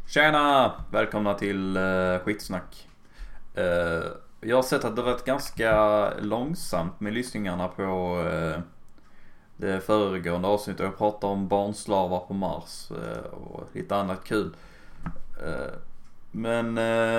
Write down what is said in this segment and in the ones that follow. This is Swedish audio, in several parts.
Tjena! Välkomna till Skitsnack. Jag har sett att det varit ganska långsamt med lyssningarna på det föregående avsnittet. Jag pratar om barnslavar på Mars och lite annat kul. Men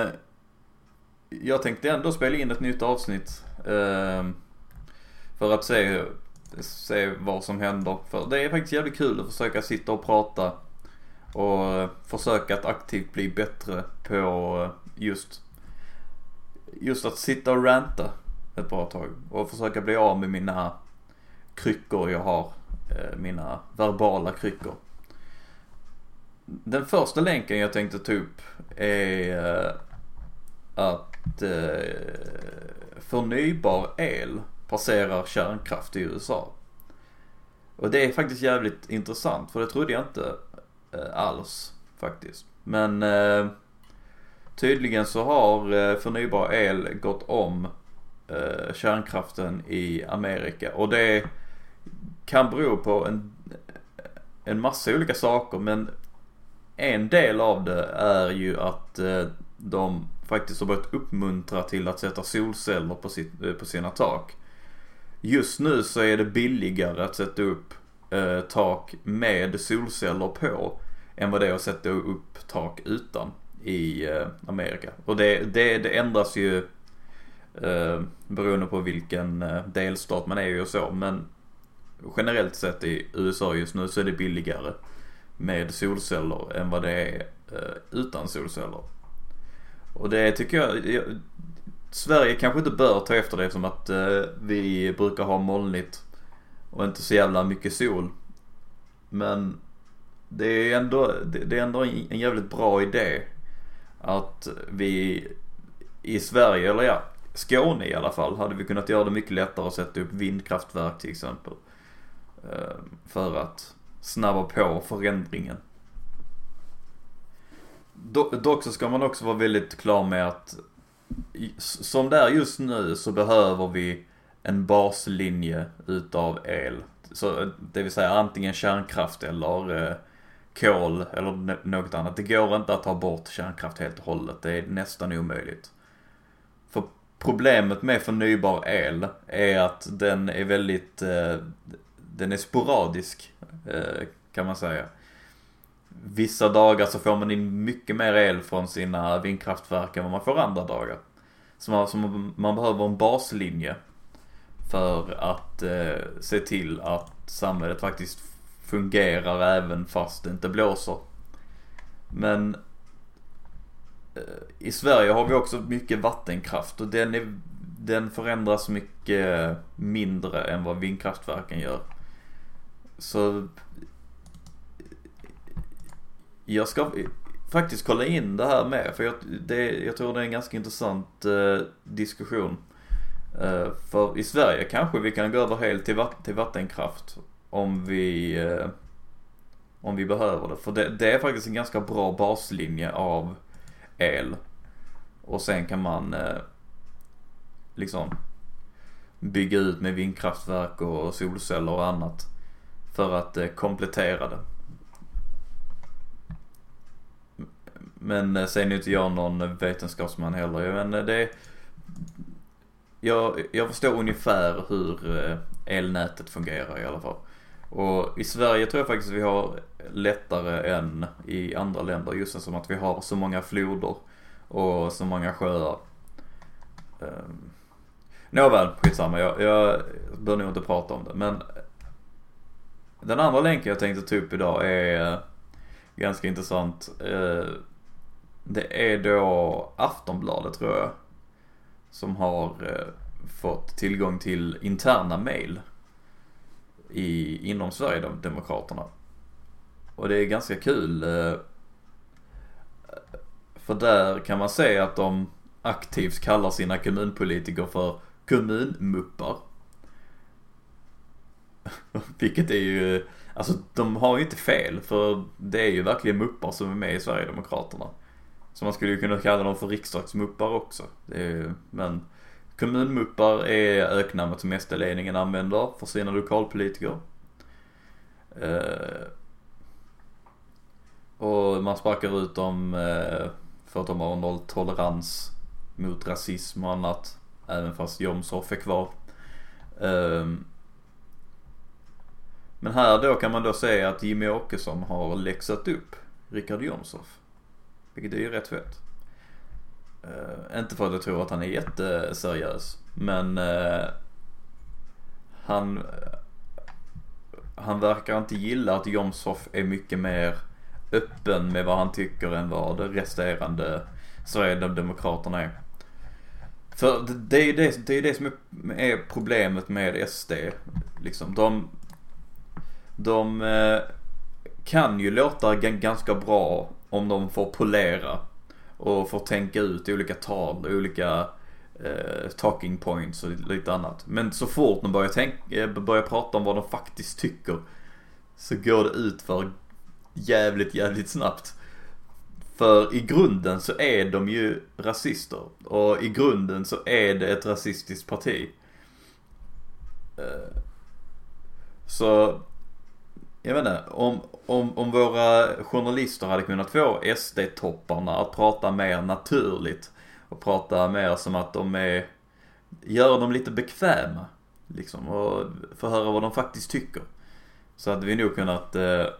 jag tänkte ändå spela in ett nytt avsnitt för att se vad som händer. För det är faktiskt jävligt kul att försöka sitta och prata och försöka att aktivt bli bättre på just att sitta och ranta ett bra tag och försöka bli av med mina kryckor jag har, mina verbala kryckor. Den första länken jag tänkte ta upp är att förnybar el passerar kärnkraft i USA. Och det är faktiskt jävligt intressant, för det trodde jag inte alls faktiskt. Men tydligen så har förnybar el gått om kärnkraften i Amerika. Och det kan bero på en massa olika saker, men en del av det är ju att de faktiskt har börjat uppmuntra till att sätta solceller på sina tak. Just nu så är det billigare att sätta upp tak med solceller på än vad det är att sätta upp tak utan i Amerika. Och det ändras ju beroende på vilken delstat man är i och så. Men generellt sett i USA just nu så är det billigare med solceller än vad det är utan solceller. Och det tycker jag Sverige kanske inte bör ta efter det, som att vi brukar ha molnigt och inte så jävla mycket sol. Men det är ändå en jävligt bra idé att vi i Sverige, eller ja, Skåne i alla fall, hade vi kunnat göra det mycket lättare att sätta upp vindkraftverk till exempel, för att snabba på förändringen. Dock så ska man också vara väldigt klar med att som det är just nu så behöver vi en baslinje utav el. Så det vill säga antingen kärnkraft eller kol eller något annat. Det går inte att ta bort kärnkraft helt och hållet. Det är nästan omöjligt. För problemet med förnybar el är att den är väldigt den är sporadisk, kan man säga. Vissa dagar så får man in mycket mer el från sina vindkraftverk än vad man får andra dagar. Så man behöver en baslinje för att se till att samhället faktiskt fungerar även fast det inte blåser. Men i Sverige har vi också mycket vattenkraft, och den förändras mycket mindre än vad vindkraftverken gör. Så jag ska faktiskt kolla in det här med, för jag tror det är en ganska intressant diskussion. För i Sverige kanske vi kan gå över helt till vattenkraft om vi behöver det. För det är faktiskt en ganska bra baslinje av el. Och sen kan man liksom bygga ut med vindkraftverk och solceller och annat för att komplettera det. Men sen är inte jag någon vetenskapsman heller. Men jag förstår ungefär hur elnätet fungerar i alla fall. Och i Sverige tror jag faktiskt att vi har lättare än i andra länder, just som att vi har så många floder och så många sjöar. Nåväl, skitsamma. Jag bör nog inte prata om det. Men den andra länken jag tänkte ta upp idag är ganska intressant. Det är då Aftonbladet, tror jag, som har fått tillgång till interna mail inom Sverigedemokraterna. Och det är ganska kul, för där kan man säga att de aktivt kallar sina kommunpolitiker för kommunmuppar. Vilket är ju, alltså de har ju inte fel, för det är ju verkligen muppar som är med i Sverigedemokraterna. Så man skulle ju kunna kalla dem för riksdagsmuppar också. Men kommunmuppar är öknamnet som SD-ledningen använder för sina lokalpolitiker. Och man sparkar ut dem för att de har nolltolerans mot rasism och annat. Även fast Jomshof är kvar. Men här då kan man då säga att Jimmy Åkesson har läxat upp Richard Jomshof. Vilket är ju rätt fett. Inte för att jag tror att han är jätteseriös. Men han verkar inte gilla att Jomshof är mycket mer öppen med vad han tycker än vad det resterande Sverigedemokraterna är. För det är det som är problemet med SD. Liksom, de kan ju låta ganska bra om de får polera och får tänka ut olika tal och olika talking points och lite annat. Men så fort de börjar prata om vad de faktiskt tycker, så går det ut för jävligt snabbt. För i grunden så är de ju rasister. Och i grunden så är det ett rasistiskt parti. Så jag vet inte, om våra journalister hade kunnat få SD-topparna att prata mer naturligt och prata mer som att gör dem lite bekväma liksom, och få höra vad de faktiskt tycker, så hade vi nog kunnat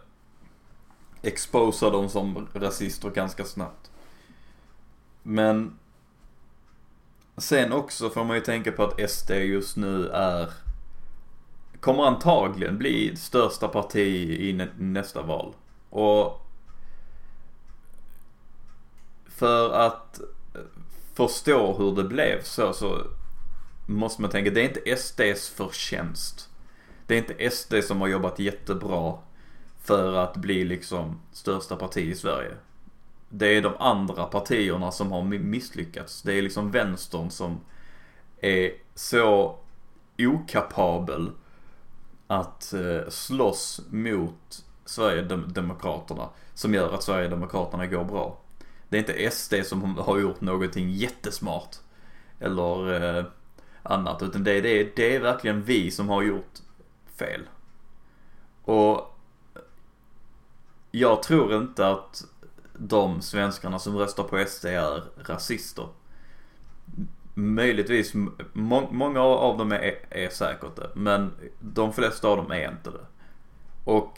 exposa dem som rasister ganska snabbt. Men sen också får man ju tänka på att SD just nu kommer antagligen bli största parti i nästa val. Och för att förstå hur det blev så måste man tänka, det är inte SDs förtjänst. Det är inte SD som har jobbat jättebra för att bli liksom största parti i Sverige. Det är de andra partierna som har misslyckats. Det är liksom vänstern som är så okapabel att slåss mot Sverigedemokraterna som gör att Sverigedemokraterna går bra. Det är inte SD som har gjort någonting jättesmart eller annat, utan det är verkligen vi som har gjort fel. Och jag tror inte att de svenskarna som röstar på SD är rasister. Möjligtvis många av dem är säkert det, men de flesta av dem är inte det. Och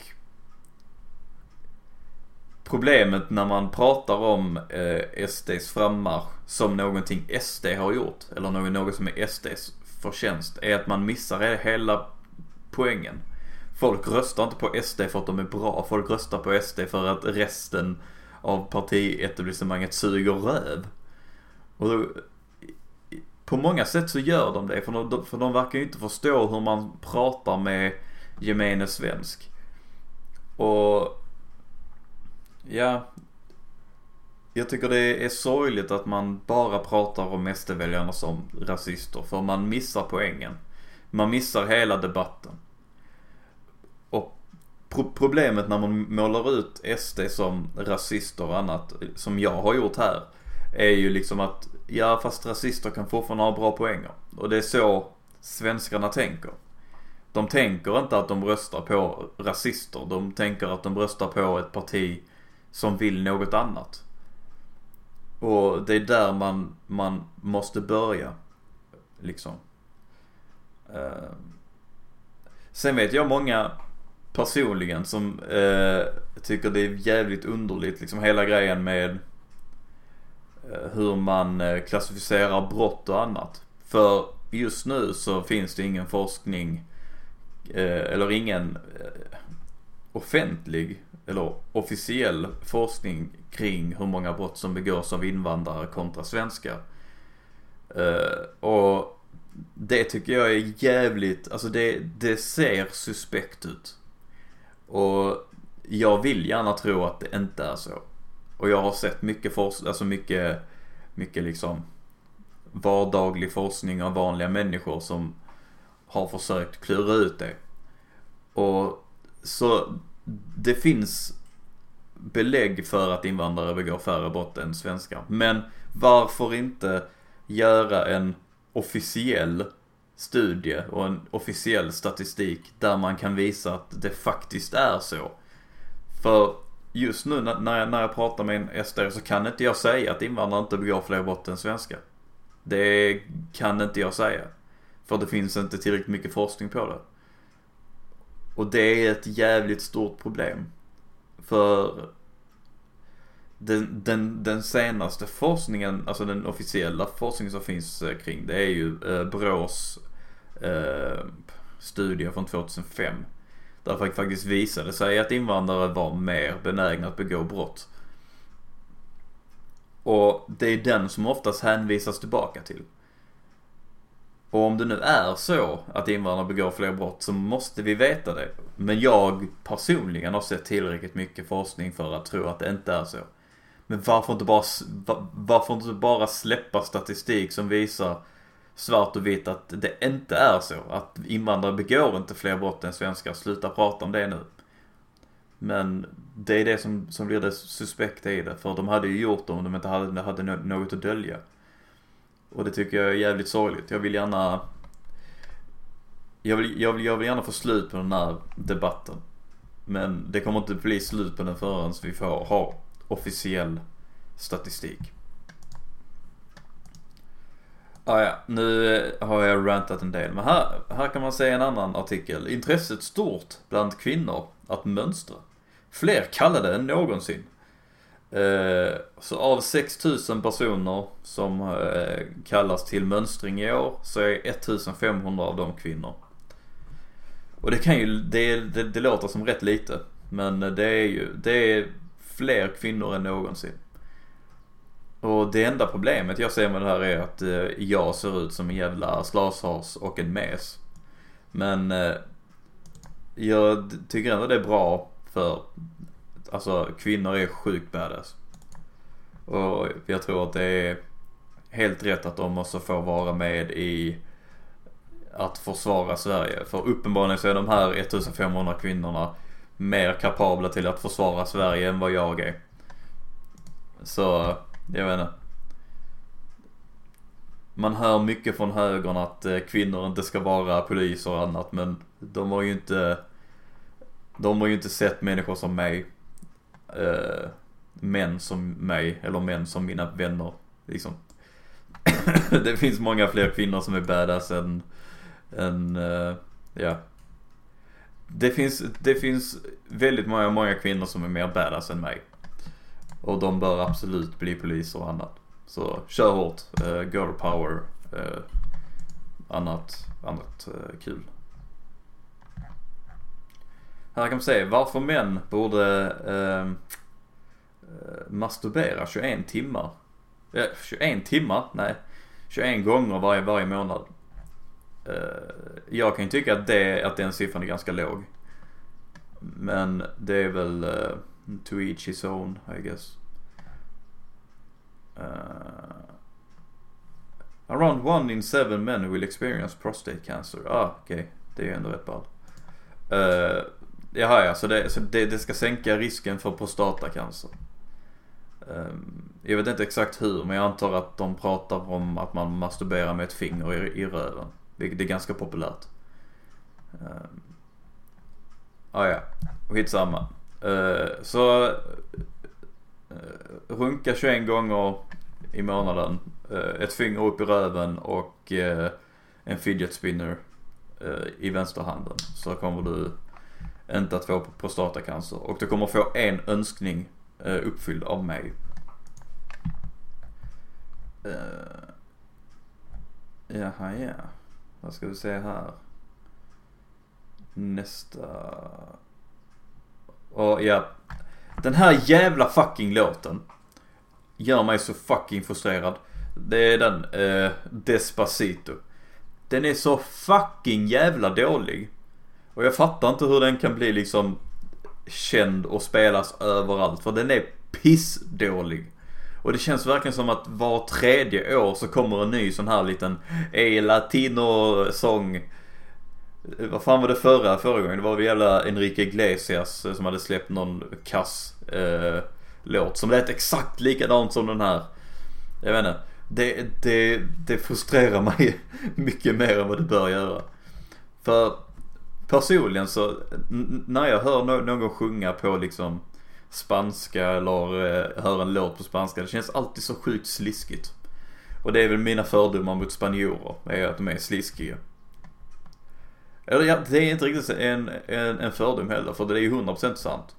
problemet när man pratar om SDs frammarsch som någonting SD har gjort, eller något som är SDs förtjänst, är att man missar hela poängen. Folk röstar inte på SD för att de är bra. Folk röstar på SD för att resten av partietablissemanget suger röv. Och då, på många sätt så gör de det, för de verkar ju inte förstå hur man pratar med gemene svensk. Och ja, jag tycker det är sorgligt att man bara pratar om SD-väljarna som rasister, för man missar poängen. Man missar hela debatten. Och problemet när man målar ut SD som rasister och annat, som jag har gjort här, är ju liksom att ja, fast rasister kan fortfarande ha bra poänger. Och det är så svenskarna tänker. De tänker inte att de röstar på rasister. De tänker att de röstar på ett parti som vill något annat. Och det är där man måste börja liksom. Sen vet jag många personligen som tycker det är jävligt underligt liksom, hela grejen med hur man klassificerar brott och annat. För just nu så finns det ingen forskning eller ingen offentlig eller officiell forskning kring hur många brott som begås av invandrare kontra svenskar. Och det tycker jag är jävligt, alltså det ser suspekt ut. Och jag vill gärna tro att det inte är så. Och jag har sett mycket liksom vardaglig forskning av vanliga människor som har försökt klura ut det. Och så det finns belägg för att invandrare begår färre brott än svenskar. Men varför inte göra en officiell studie och en officiell statistik där man kan visa att det faktiskt är så? För just nu när jag pratar med en SD så kan inte jag säga att invandrare inte begår fler brott än svenskar. Det kan inte jag säga. För det finns inte tillräckligt mycket forskning på det. Och det är ett jävligt stort problem. För den senaste forskningen, alltså den officiella forskningen som finns kring, det är ju Brås studie från 2005. Där faktiskt visade sig att invandrare var mer benägna att begå brott. Och det är den som oftast hänvisas tillbaka till. Och om det nu är så att invandrare begår fler brott så måste vi veta det. Men jag personligen har sett tillräckligt mycket forskning för att tro att det inte är så. Men varför inte bara släppa statistik som visar svart och vitt att det inte är så? Att invandrare begår inte fler brott än svenskar. Sluta prata om det nu. Men det är det som blir det suspekta i det. För de hade ju gjort det om de inte hade något att dölja. Och det tycker jag är jävligt sorgligt. Jag vill gärna få slut på den här debatten. Men det kommer inte bli slut på den förrän vi får ha officiell statistik. Ja, nu har jag rantat en del. Men här kan man se en annan artikel. Intresset stort bland kvinnor att mönstra. Fler kallade än någonsin. Så av 6000 personer som kallas till mönstring i år så är 1500 av dem kvinnor. Och det kan ju det låter som rätt lite, men det är fler kvinnor än någonsin. Och det enda problemet jag ser med det här är att jag ser ut som en jävla slashas och en mes. Men jag tycker ändå det är bra för alltså kvinnor är sjukt badass. Och jag tror att det är helt rätt att de måste få vara med i att försvara Sverige. För uppenbarligen så är de här 1500 kvinnorna mer kapabla till att försvara Sverige än vad jag är. Så jag vet inte. Man hör mycket från högern att kvinnor inte ska vara poliser och annat, men de har ju inte sett människor som mig, män som mig, eller män som mina vänner liksom. Det finns många fler kvinnor som är badass än ja. Det finns väldigt många kvinnor som är mer badass än mig. Och de bör absolut bli poliser och annat. Så kör hårt, girl power, annat kul. Här kan man se varför män borde masturbera 21 timmar. 21 timmar? Nej, 21 gånger varje månad. Jag kan ju tycka att den siffran är ganska låg. Men det är väl to each his own, I guess. Around 1 in 7 men will experience prostate cancer. Okej. Det är ju ändå rätt ball. Jaha, så det ska sänka risken för prostatacancer. Jag vet inte exakt hur, men jag antar att de pratar om att man masturberar med ett finger i röven. Vilket är ganska populärt. Ja, skitsamma. Så runka 21 gånger i månaden, ett finger upp i röven och en fidget spinner i vänsterhanden, så kommer du inte att få prostatacancer. Och du kommer få en önskning uppfylld av mig. Jaha. Vad ska vi se här? Nästa. Och ja, den här jävla fucking låten gör mig så fucking frustrerad. Det är den Despacito. Den är så fucking jävla dålig. Och jag fattar inte hur den kan bli liksom känd och spelas överallt. För den är pissdålig. Och det känns verkligen som att var tredje år så kommer en ny sån här liten latino-sång. Vad fan var det förra gången? Det var väl jävla Enrique Iglesias som hade släppt någon kass låt som lät exakt likadant som den här. Jag vet inte. Det frustrerar mig mycket mer än vad det bör göra. För personligen så när jag hör någon sjunga på liksom spanska eller höra en låt på spanska. Det känns alltid så sjukt sliskigt. Och det är väl mina fördomar mot spanjorer, är att de är sliskiga. Eller ja, det är inte riktigt en fördom heller, för det är ju 100% sant.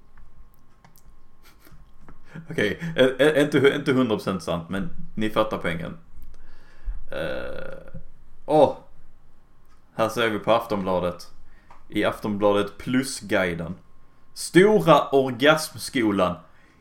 Okej, inte 100% sant, men ni fattar poängen. Här ser vi på Aftonbladet. I Aftonbladet Plus-guiden. Stora orgasmskolan.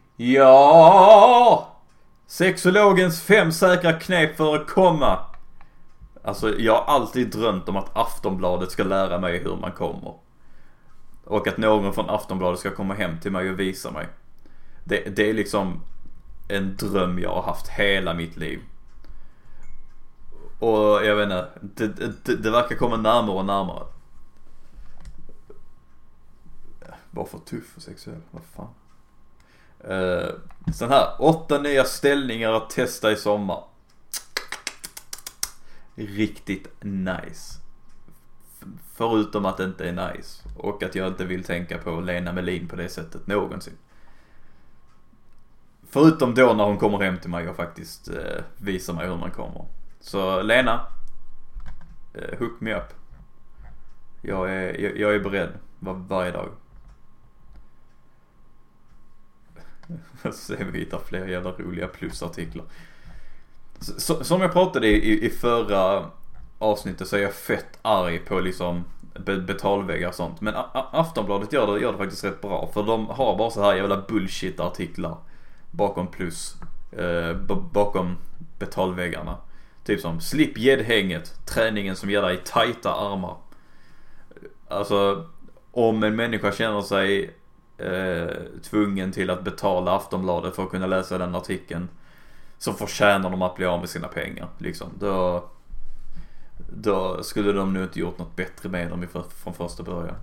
Ja! Sexologens 5 säkra knep för att komma. Alltså jag har alltid drömt om att Aftonbladet ska lära mig hur man kommer. Och att någon från Aftonbladet ska komma hem till mig och visa mig. Det är liksom en dröm jag har haft hela mitt liv. Och jag vet inte, det verkar komma närmare och närmare. Bara för tuff och sexuell, vad fan. Sån här, 8 nya ställningar att testa i sommar. Riktigt nice. Förutom att det inte är nice. Och att jag inte vill tänka på Lena Melin på det sättet någonsin. Förutom då när hon kommer hem till mig och faktiskt visar mig hur man kommer. Så Lena, hook me up. Jag är beredd varje dag. Så vi hittar fler jävla roliga plusartiklar. Som jag pratade i förra avsnittet, så är jag fett arg på liksom betalväggar och sånt. Men Aftonbladet gör det faktiskt rätt bra. För de har bara så här jävla bullshit-artiklar bakom plus, bakom betalväggarna. Typ som slipp gäddhänget, träningen som ger dig tajta armar. Alltså om en människa känner sig tvungen till att betala Aftonbladet för att kunna läsa den artikeln, så förtjänar de att bli av med sina pengar liksom. Då skulle de nu inte gjort något bättre med dem från första början.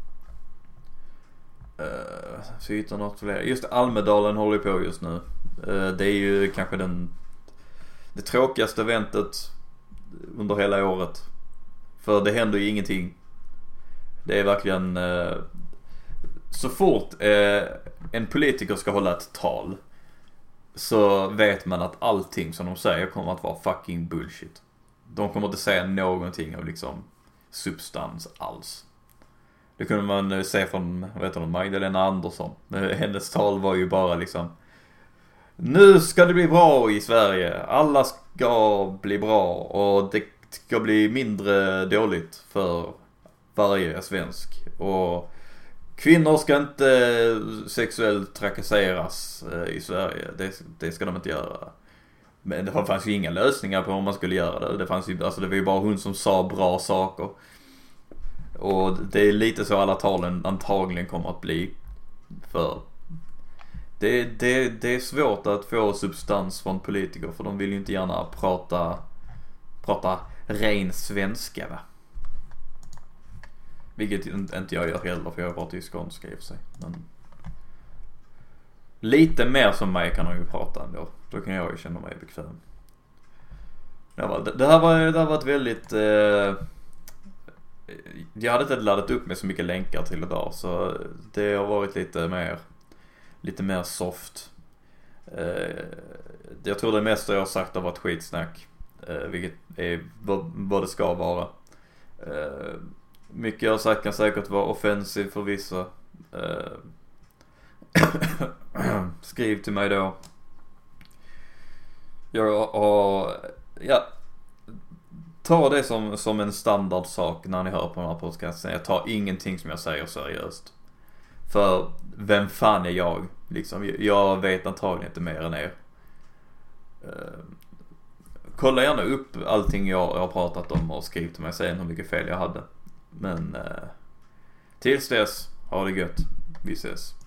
Så hittar något fler. Just Almedalen håller på just nu. Det är ju kanske det tråkigaste eventet under hela året. För det händer ju ingenting. Det är verkligen så fort en politiker ska hålla ett tal, så vet man att allting som de säger kommer att vara fucking bullshit. De kommer inte säga någonting av liksom substans alls. Det kunde man se från, Magdalena Andersson. Hennes tal var ju bara liksom: nu ska det bli bra i Sverige. Alla ska bli bra. Och det ska bli mindre dåligt för varje svensk. Och kvinnor ska inte sexuellt trakasseras i Sverige. Det ska de inte göra. Men det fanns ju inga lösningar på hur man skulle göra det. Det var ju bara hon som sa bra saker. Och det är lite så alla talen antagligen kommer att bli. För det är svårt att få substans från politiker, för de vill ju inte gärna prata ren svenska, va? Vilket inte jag gör heller, för jag pratar ju skånska i och för sig. Men lite mer som mig kan de ju prata ändå. Då kan jag ju känna mig bekväm. Det här var ett väldigt jag hade inte laddat upp med så mycket länkar till idag, så det har varit lite mer soft. Jag tror det mesta jag har sagt har varit skitsnack, vilket är vad det ska vara. Mycket jag har sagt kan säkert vara offensiv för vissa. Skriv till mig då. Ta det som en standardsak när ni hör på den här podcasten. Jag tar ingenting som jag säger seriöst. För vem fan är jag? Liksom, jag vet antagligen inte mer än er. Kolla gärna upp allting jag har pratat om och skriv till mig sen hur mycket fel jag hade. Men tills dess, ha det gött. Vi ses.